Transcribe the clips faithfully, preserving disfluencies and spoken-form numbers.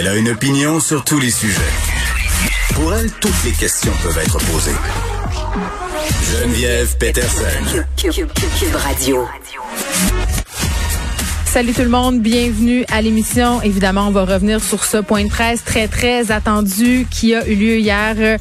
Elle a une opinion sur tous les sujets. Pour elle, toutes les questions peuvent être posées. Geneviève Peterson. Cube, Cube, Cube Radio. Salut tout le monde, bienvenue à l'émission. Évidemment, on va revenir sur ce point de presse très, très attendu qui a eu lieu hier euh,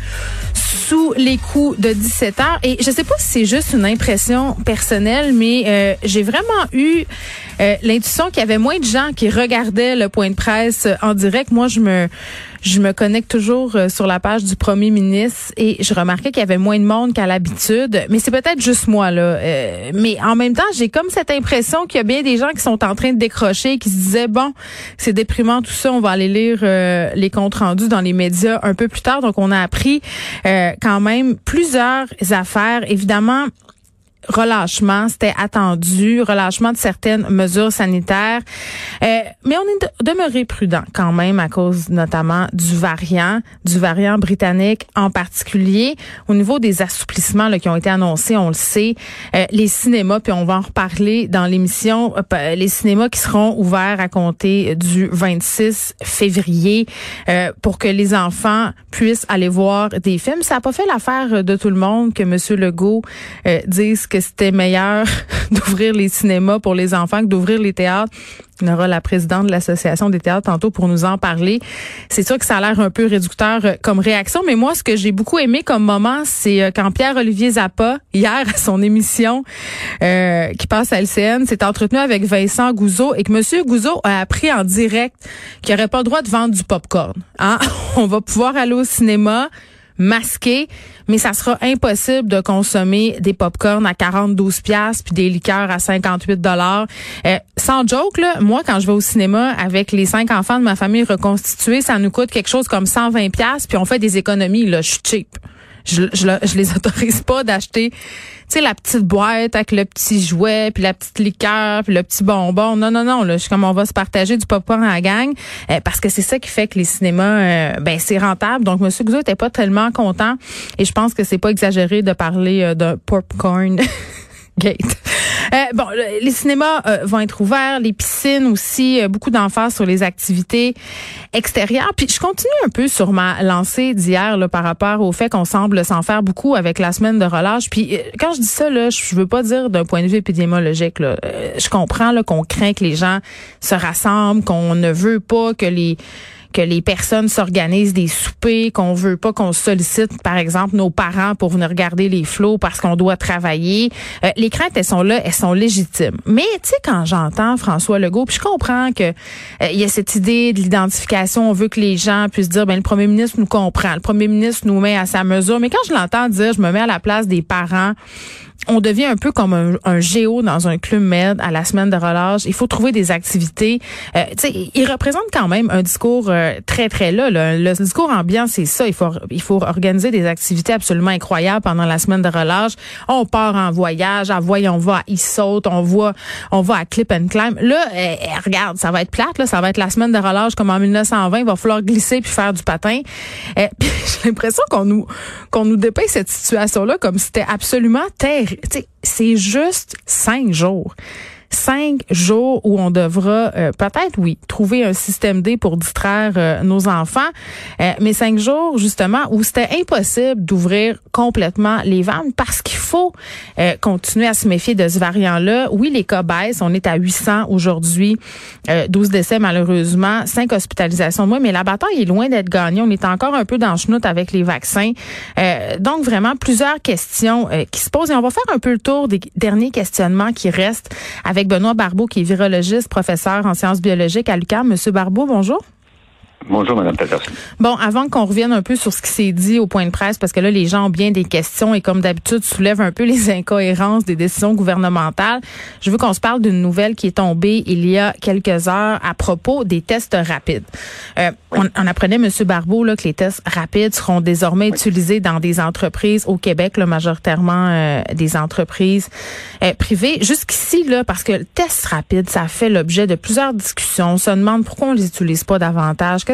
sous les coups de dix-sept heures. Et je sais pas si c'est juste une impression personnelle, mais euh, j'ai vraiment eu euh, l'intuition qu'il y avait moins de gens qui regardaient le point de presse en direct. Moi, je me je me connecte toujours euh, sur la page du premier ministre et je remarquais qu'il y avait moins de monde qu'à l'habitude. Mais c'est peut-être juste moi, là. Euh, mais en même temps, j'ai comme cette impression qu'il y a bien des gens qui sont en train de décrocher, qui se disaient, bon, c'est déprimant tout ça, on va aller lire euh, les comptes rendus dans les médias un peu plus tard. Donc, on a appris euh, quand même plusieurs affaires. Évidemment, relâchement, c'était attendu, relâchement de certaines mesures sanitaires. Euh, mais on est de- demeuré prudent quand même à cause notamment du variant, du variant britannique en particulier. Au niveau des assouplissements là, qui ont été annoncés, on le sait, euh, les cinémas, puis on va en reparler dans l'émission, euh, les cinémas qui seront ouverts à compter du vingt-six février euh, pour que les enfants puissent aller voir des films. Ça n'a pas fait l'affaire de tout le monde que M. Legault euh, dise que c'était meilleur d'ouvrir les cinémas pour les enfants que d'ouvrir les théâtres. On aura la présidente de l'Association des théâtres tantôt pour nous en parler. C'est sûr que ça a l'air un peu réducteur euh, comme réaction, mais moi, ce que j'ai beaucoup aimé comme moment, c'est euh, quand Pierre-Olivier Zappa, hier à son émission euh, qui passe à L C N, s'est entretenu avec Vincent Gouzeau et que M. Gouzeau a appris en direct qu'il n'aurait pas le droit de vendre du popcorn. Hein? On va pouvoir aller au cinéma masqué, mais ça sera impossible de consommer des pop-corn à quarante-douze piastres puis des liqueurs à cinquante-huit dollars. Euh, sans joke, là, moi, quand je vais au cinéma avec les cinq enfants de ma famille reconstituée, ça nous coûte quelque chose comme cent vingt piastres puis on fait des économies. Là, je suis cheap. Je, je, je les autorise pas d'acheter, tu sais, la petite boîte avec le petit jouet, puis la petite liqueur, puis le petit bonbon. Non, non, non. Là, je suis comme on va se partager du popcorn à la gang, euh, parce que c'est ça qui fait que les cinémas, euh, ben c'est rentable. Donc, M. Gouzeau était pas tellement content, et je pense que c'est pas exagéré de parler euh, de popcorn gate. Euh, bon, les cinémas euh, vont être ouverts, les piscines aussi, euh, beaucoup d'emphase sur les activités extérieures. Puis je continue un peu sur ma lancée d'hier là, par rapport au fait qu'on semble s'en faire beaucoup avec la semaine de relâche. Puis euh, quand je dis ça, là, je veux pas dire d'un point de vue épidémiologique. Là. Euh, je comprends là, qu'on craint que les gens se rassemblent, qu'on ne veut pas que les que les personnes s'organisent des soupers, qu'on veut pas qu'on sollicite, par exemple, nos parents pour venir regarder les flots parce qu'on doit travailler. Euh, les craintes, elles sont là, elles sont légitimes. Mais, tu sais, quand j'entends François Legault, puis je comprends que euh, il y a cette idée de l'identification, on veut que les gens puissent dire, ben le premier ministre nous comprend, le premier ministre nous met à sa mesure. Mais quand je l'entends dire, je me mets à la place des parents, on devient un peu comme un, un géo dans un club med à la semaine de relâche. Il faut trouver des activités. Euh, tu sais, il représente quand même un discours euh, très, très là, là. Le discours ambiant, c'est ça. Il faut, il faut organiser des activités absolument incroyables pendant la semaine de relâche. On part en voyage. À voyons, on va à Issaute. On va, on va à Clip and Climb. Là, euh, regarde, ça va être plate, là. Ça va être la semaine de relâche comme en mille neuf cent vingt. Il va falloir glisser puis faire du patin. Euh, j'ai l'impression qu'on nous, qu'on nous dépeint cette situation-là comme si c'était absolument terrible. T'sais, c'est juste cinq jours. Cinq jours où on devra euh, peut-être, oui, trouver un système D pour distraire euh, nos enfants, euh, mais cinq jours, justement, où c'était impossible d'ouvrir complètement les vannes parce qu'il faut euh, continuer à se méfier de ce variant-là. Oui, les cas baissent. On est à huit cents aujourd'hui, euh, douze décès malheureusement, cinq hospitalisations de moins, mais la bataille est loin d'être gagnée. On est encore un peu dans le chenoute avec les vaccins. Euh, donc, vraiment, plusieurs questions euh, qui se posent. Et on va faire un peu le tour des derniers questionnements qui restent avec Avec Benoît Barbeau, qui est virologiste, professeur en sciences biologiques à l'U Q A M. Monsieur Barbeau, bonjour. Bonjour, Mme Peterson. Bon, avant qu'on revienne un peu sur ce qui s'est dit au point de presse, parce que là, les gens ont bien des questions et comme d'habitude, soulèvent un peu les incohérences des décisions gouvernementales. Je veux qu'on se parle d'une nouvelle qui est tombée il y a quelques heures à propos des tests rapides. Euh, on, on apprenait, M. Barbeau, là, que les tests rapides seront désormais oui. utilisés dans des entreprises au Québec, là, majoritairement euh, des entreprises euh, privées. Jusqu'ici, là, parce que le test rapide, ça fait l'objet de plusieurs discussions. On se demande pourquoi on les utilise pas davantage. Qu'est-ce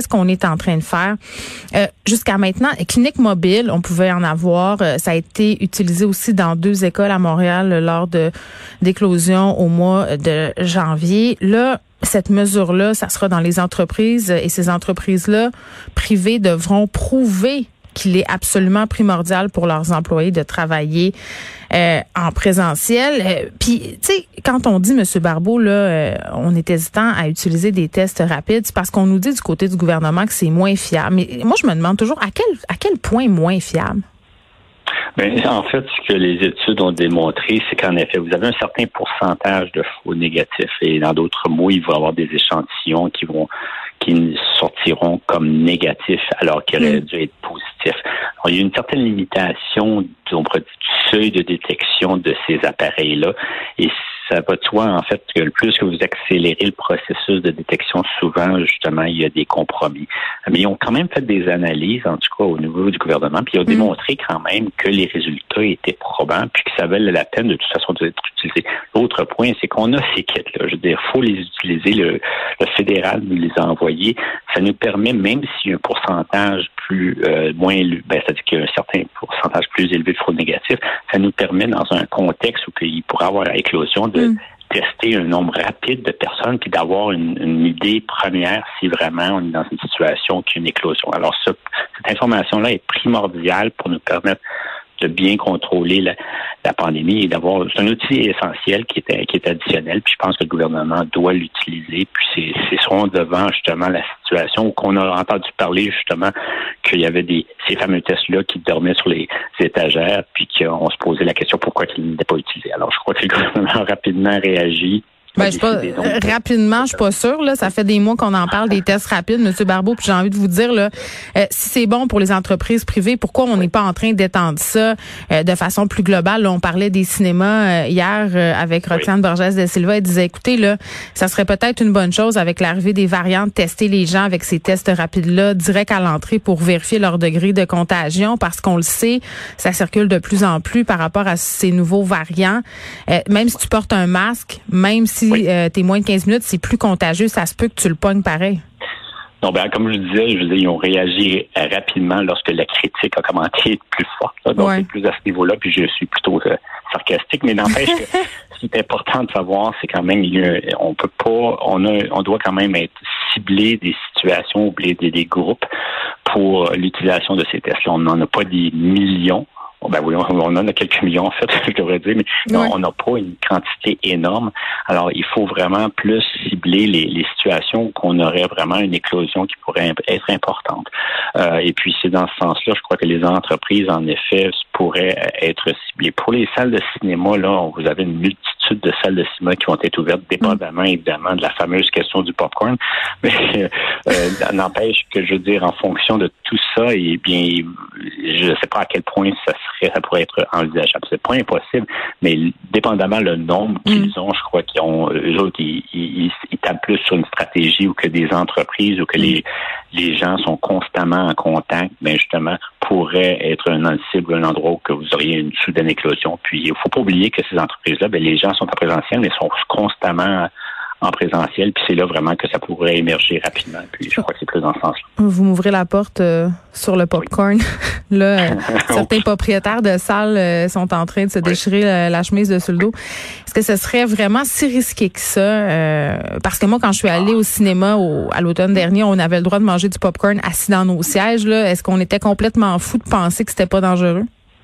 qu'est-ce qu'on est en train de faire? Euh, jusqu'à maintenant, clinique mobile, on pouvait en avoir. Euh, ça a été utilisé aussi dans deux écoles à Montréal euh, lors de d'éclosion au mois de janvier. Là, cette mesure-là, ça sera dans les entreprises et ces entreprises-là privées devront prouver qu'il est absolument primordial pour leurs employés de travailler euh, en présentiel. Euh, Puis, tu sais, quand on dit, M. Barbeau, là, euh, on est hésitant à utiliser des tests rapides, c'est parce qu'on nous dit du côté du gouvernement que c'est moins fiable. Mais moi, je me demande toujours à quel à quel point moins fiable? Bien, en fait, ce que les études ont démontré, c'est qu'en effet, vous avez un certain pourcentage de faux négatifs. Et dans d'autres mots, il va y avoir des échantillons qui vont qui sortiront comme négatifs alors qu'ils auraient dû être positifs. Alors, il y a une certaine limitation du seuil de détection de ces appareils-là. Et ça va de soi, en fait, que le plus que vous accélérez le processus de détection, souvent, justement, il y a des compromis. Mais ils ont quand même fait des analyses, en tout cas, au niveau du gouvernement, puis ils ont mmh. démontré quand même que les résultats étaient probants, puis que ça valait la peine, de toute façon, d'être utilisé. L'autre point, c'est qu'on a ces kits-là. Je veux dire, il faut les utiliser. Le, le fédéral nous les a envoyés. Ça nous permet, même s'il y a un pourcentage plus, euh, moins élevé, ben, c'est-à-dire qu'il y a un certain pourcentage plus élevé de faux négatifs, ça nous permet, dans un contexte où il pourrait avoir l'éclosion, de mm. tester un nombre rapide de personnes puis d'avoir une, une idée première si vraiment on est dans une situation qui a une éclosion. Alors, ça, cette information-là est primordiale pour nous permettre de bien contrôler la, la pandémie et d'avoir c'est un outil essentiel qui est qui est additionnel. Puis je pense que le gouvernement doit l'utiliser. Puis c'est c'est souvent devant justement la situation où qu'on a entendu parler justement qu'il y avait des ces fameux tests-là qui dormaient sur les étagères, puis qu'on se posait la question pourquoi ils n'étaient pas utilisés. Alors je crois que le gouvernement a rapidement réagi. Ben, je sais pas, euh, rapidement, je suis pas sûre, là. Ça fait des mois qu'on en parle des tests rapides, M. Barbeau, puis j'ai envie de vous dire, là, euh, si c'est bon pour les entreprises privées, pourquoi on n'est pas en train d'étendre ça euh, de façon plus globale? Là, on parlait des cinémas euh, hier euh, avec Roxane oui. Borges de Silva. Elle disait, écoutez, là, ça serait peut-être une bonne chose avec l'arrivée des variants de tester les gens avec ces tests rapides-là direct à l'entrée pour vérifier leur degré de contagion, parce qu'on le sait, ça circule de plus en plus par rapport à ces nouveaux variants. Euh, même si tu portes un masque, même si Si euh, t'es moins de quinze minutes, c'est plus contagieux, ça se peut que tu le pognes pareil. Non, ben, comme je disais, je veux dire, ils ont réagi rapidement lorsque la critique a commencé à être plus forte. Là, donc, ouais. c'est plus à ce niveau-là, puis je suis plutôt euh, sarcastique, mais n'empêche que ce qui est important de savoir, c'est quand même, il y a, on peut pas, on a, on doit quand même être ciblé des situations ou des, des groupes pour l'utilisation de ces tests-là. On n'en a pas des millions. Ben oui, on en a quelques millions, en fait, je devrais dire, mais ouais. on n'a pas une quantité énorme. Alors, il faut vraiment plus cibler les, les situations où on aurait vraiment une éclosion qui pourrait être importante. Euh, et puis, c'est dans ce sens-là, je crois que les entreprises, en effet, pourraient être ciblées. Pour les salles de cinéma, là, vous avez une multitude de salles de cinéma qui vont être ouvertes, dépendamment, évidemment, de la fameuse question du popcorn. Mais euh, n'empêche que, je veux dire, en fonction de tout ça, eh bien, je ne sais pas à quel point ça serait, ça pourrait être envisageable. C'est pas impossible, mais dépendamment le nombre qu'ils ont, je crois qu'ils ont, eux autres, ils, ils, ils tapent plus sur une stratégie où que des entreprises ou que les, les gens sont constamment en contact, ben justement, pourrait être un cible, un endroit où que vous auriez une soudaine éclosion. Puis, il ne faut pas oublier que ces entreprises-là, ben, les gens sont en présentiel, mais sont constamment en présentiel, puis c'est là vraiment que ça pourrait émerger rapidement. Puis je crois que c'est plus dans ce sens-là. Vous m'ouvrez la porte euh, sur le popcorn. Oui. Là, euh, certains propriétaires de salles euh, sont en train de se déchirer oui. la, la chemise dessus le dos. Est-ce que ce serait vraiment si risqué que ça? Euh, parce que moi, quand je suis allée au cinéma au, à l'automne dernier, on avait le droit de manger du popcorn assis dans nos sièges. Là. Est-ce qu'on était complètement fou de penser que c'était pas dangereux?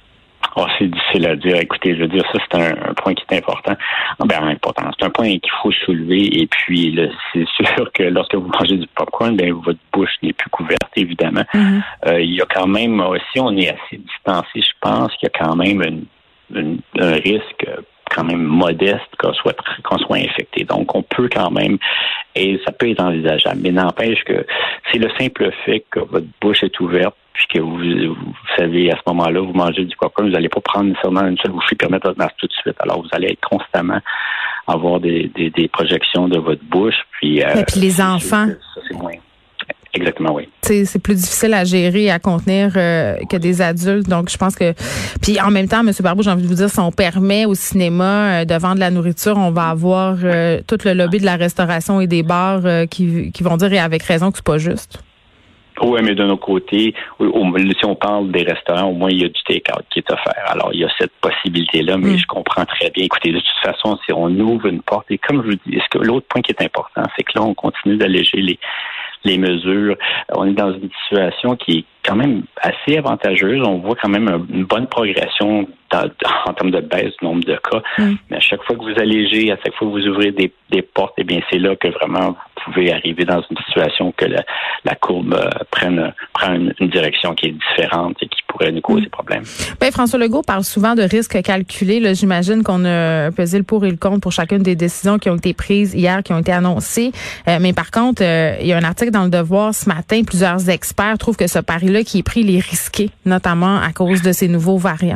Oh, c'est difficile à dire. Écoutez, je veux dire, ça, c'est un, un point qui est important. Ben, important. C'est un point qu'il faut soulever. Et puis, là, c'est sûr que lorsque vous mangez du popcorn, ben, votre bouche n'est plus couverte, évidemment. Mm-hmm. Euh, il y a quand même, aussi, on est assez distancé. Je pense qu'il y a quand même une, une, un risque quand même modeste qu'on soit, qu'on soit infecté. Donc, on peut quand même, et ça peut être envisageable. Mais n'empêche que c'est le simple fait que votre bouche est ouverte, puis que vous, vous savez, à ce moment-là, vous mangez du popcorn, vous n'allez pas prendre nécessairement une seule bouchée et permettre votre masque tout de suite. Alors, vous allez être constamment avoir des, des, des projections de votre bouche. Puis, euh, et puis les enfants. Ça, c'est moins. Exactement, oui. C'est, c'est plus difficile à gérer et à contenir euh, que des adultes. Donc, je pense que... Puis, en même temps, M. Barbeau, j'ai envie de vous dire, si on permet au cinéma euh, de vendre de la nourriture, on va avoir euh, tout le lobby de la restauration et des bars euh, qui, qui vont dire, et avec raison, que c'est pas juste. Oui, mais de nos côtés, si on parle des restaurants, au moins il y a du take-out qui est offert. Alors, il y a cette possibilité-là, mais mmh. je comprends très bien. Écoutez, de toute façon, si on ouvre une porte, et comme je vous dis, ce que, l'autre point qui est important, c'est que là, on continue d'alléger les les mesures. On est dans une situation qui est quand même assez avantageuse. On voit quand même une bonne progression dans, en termes de baisse du nombre de cas. Mm. Mais à chaque fois que vous allégez, à chaque fois que vous ouvrez des, des portes, eh bien, c'est là que vraiment vous pouvez arriver dans une situation que la, la courbe euh, prenne, prend une, une direction qui est différente et qui pourrait nous causer problème. Ben, François Legault parle souvent de risques calculés. Là, j'imagine qu'on a pesé le pour et le contre pour chacune des décisions qui ont été prises hier, qui ont été annoncées. Euh, mais par contre, euh, il y a un article dans Le Devoir ce matin. Plusieurs experts trouvent que ce pari-là qui est pris, il est risqué, notamment à cause de ces nouveaux variants.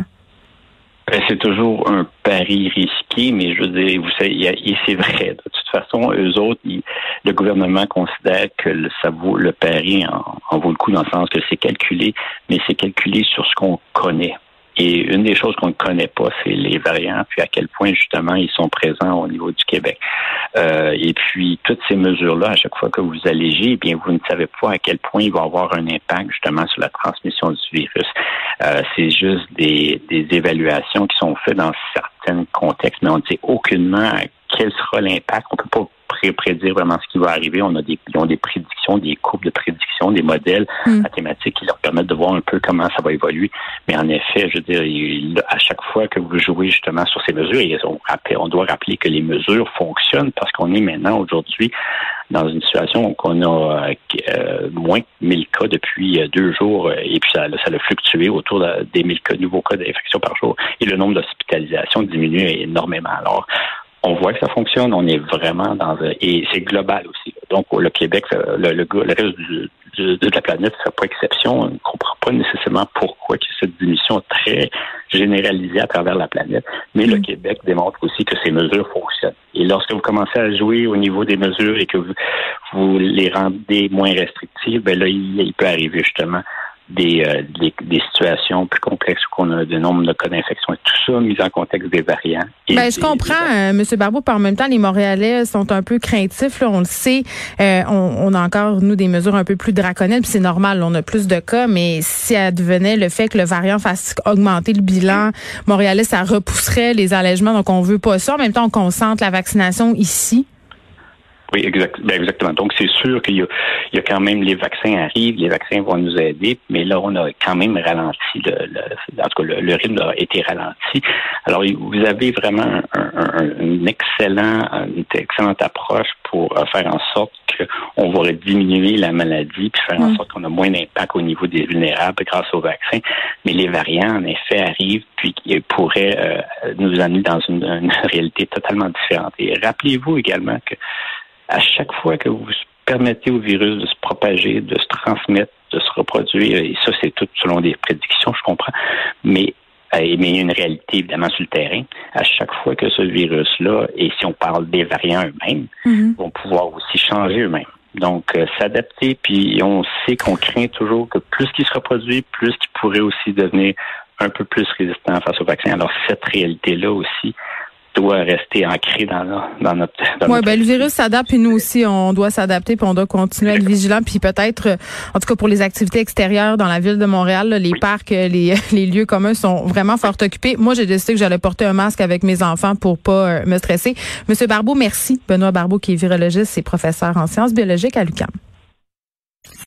Ben, c'est toujours un pari risqué, mais je veux dire, vous savez, et c'est vrai. De toute façon, eux autres, ils, le gouvernement considère que le, ça vaut le pari en, en vaut le coup dans le sens que c'est calculé, mais c'est calculé sur ce qu'on connaît. Et une des choses qu'on ne connaît pas, c'est les variants, puis à quel point, justement, ils sont présents au niveau du Québec. Euh, et puis, toutes ces mesures-là, à chaque fois que vous allégez, eh bien, vous ne savez pas à quel point il va avoir un impact, justement, sur la transmission du virus. Euh, c'est juste des, des évaluations qui sont faites dans certains contextes, mais on ne sait aucunement quel sera l'impact. On ne peut pas pré- prédire vraiment ce qui va arriver. On a des, ils ont des prédictions, des courbes de prédiction, des modèles mm. mathématiques qui leur permettent de voir un peu comment ça va évoluer. Mais en effet, je veux dire, il, à chaque fois que vous jouez justement sur ces mesures, et on, on doit rappeler que les mesures fonctionnent parce qu'on est maintenant aujourd'hui dans une situation où on a euh, moins de mille cas depuis euh, deux jours euh, et puis ça, ça a fluctué autour de, des mille cas, nouveaux cas d'infection par jour et le nombre d'hospitalisations diminue énormément. Alors, on voit que ça fonctionne, on est vraiment dans un, et c'est global aussi. Donc, le Québec, le, le, le reste du, du, de la planète ne fait pas exception. On ne comprend pas nécessairement pourquoi qu'il y a cette diminution très généralisée à travers la planète. Mais mmh. le Québec démontre aussi que ces mesures fonctionnent. Et lorsque vous commencez à jouer au niveau des mesures et que vous, vous les rendez moins restrictives, ben là, il, il peut arriver justement Des, euh, des, des situations plus complexes où on a de nombre de cas d'infection et tout ça mis en contexte des variants. Ben, je comprends, euh, M. Barbeau, par en même temps, les Montréalais sont un peu craintifs, là, on le sait. Euh, on, on a encore, nous, des mesures un peu plus draconiennes, puis c'est normal, on a plus de cas, mais si advenait le fait que le variant fasse augmenter le bilan montréalais, ça repousserait les allègements, donc on veut pas ça. En même temps, on concentre la vaccination ici. Oui, exact, ben exactement. Donc, c'est sûr qu'il y a, il y a quand même, les vaccins arrivent, les vaccins vont nous aider, mais là, on a quand même ralenti, le, le, en tout cas, le, le rythme a été ralenti. Alors, vous avez vraiment un, un, un, une, excellent, une excellente approche pour faire en sorte qu'on va diminuer la maladie puis faire en sorte qu'on a moins d'impact au niveau des vulnérables grâce aux vaccins. Mais les variants, en effet, arrivent puis ils pourraient euh, nous amener dans une, une réalité totalement différente. Et rappelez-vous également que à chaque fois que vous permettez au virus de se propager, de se transmettre, de se reproduire, et ça, c'est tout selon des prédictions, je comprends, mais, euh, mais il y a une réalité, évidemment, sur le terrain. À chaque fois que ce virus-là, et si on parle des variants eux-mêmes, mm-hmm. vont pouvoir aussi changer eux-mêmes. Donc, euh, s'adapter, puis on sait qu'on craint toujours que plus qu'il se reproduit, plus qu'il pourrait aussi devenir un peu plus résistant face au vaccin. Alors, cette réalité-là aussi doit rester ancré dans, dans notre... Dans oui, notre ben le virus s'adapte et nous aussi, on doit s'adapter puis on doit continuer à être vigilant. Puis peut-être, en tout cas pour les activités extérieures dans la ville de Montréal, là, les oui. parcs, les, les lieux communs sont vraiment fort occupés. Moi, j'ai décidé que j'allais porter un masque avec mes enfants pour pas euh, me stresser. Monsieur Barbeau, merci. Benoît Barbeau, qui est virologiste et professeur en sciences biologiques à l'U Q A M.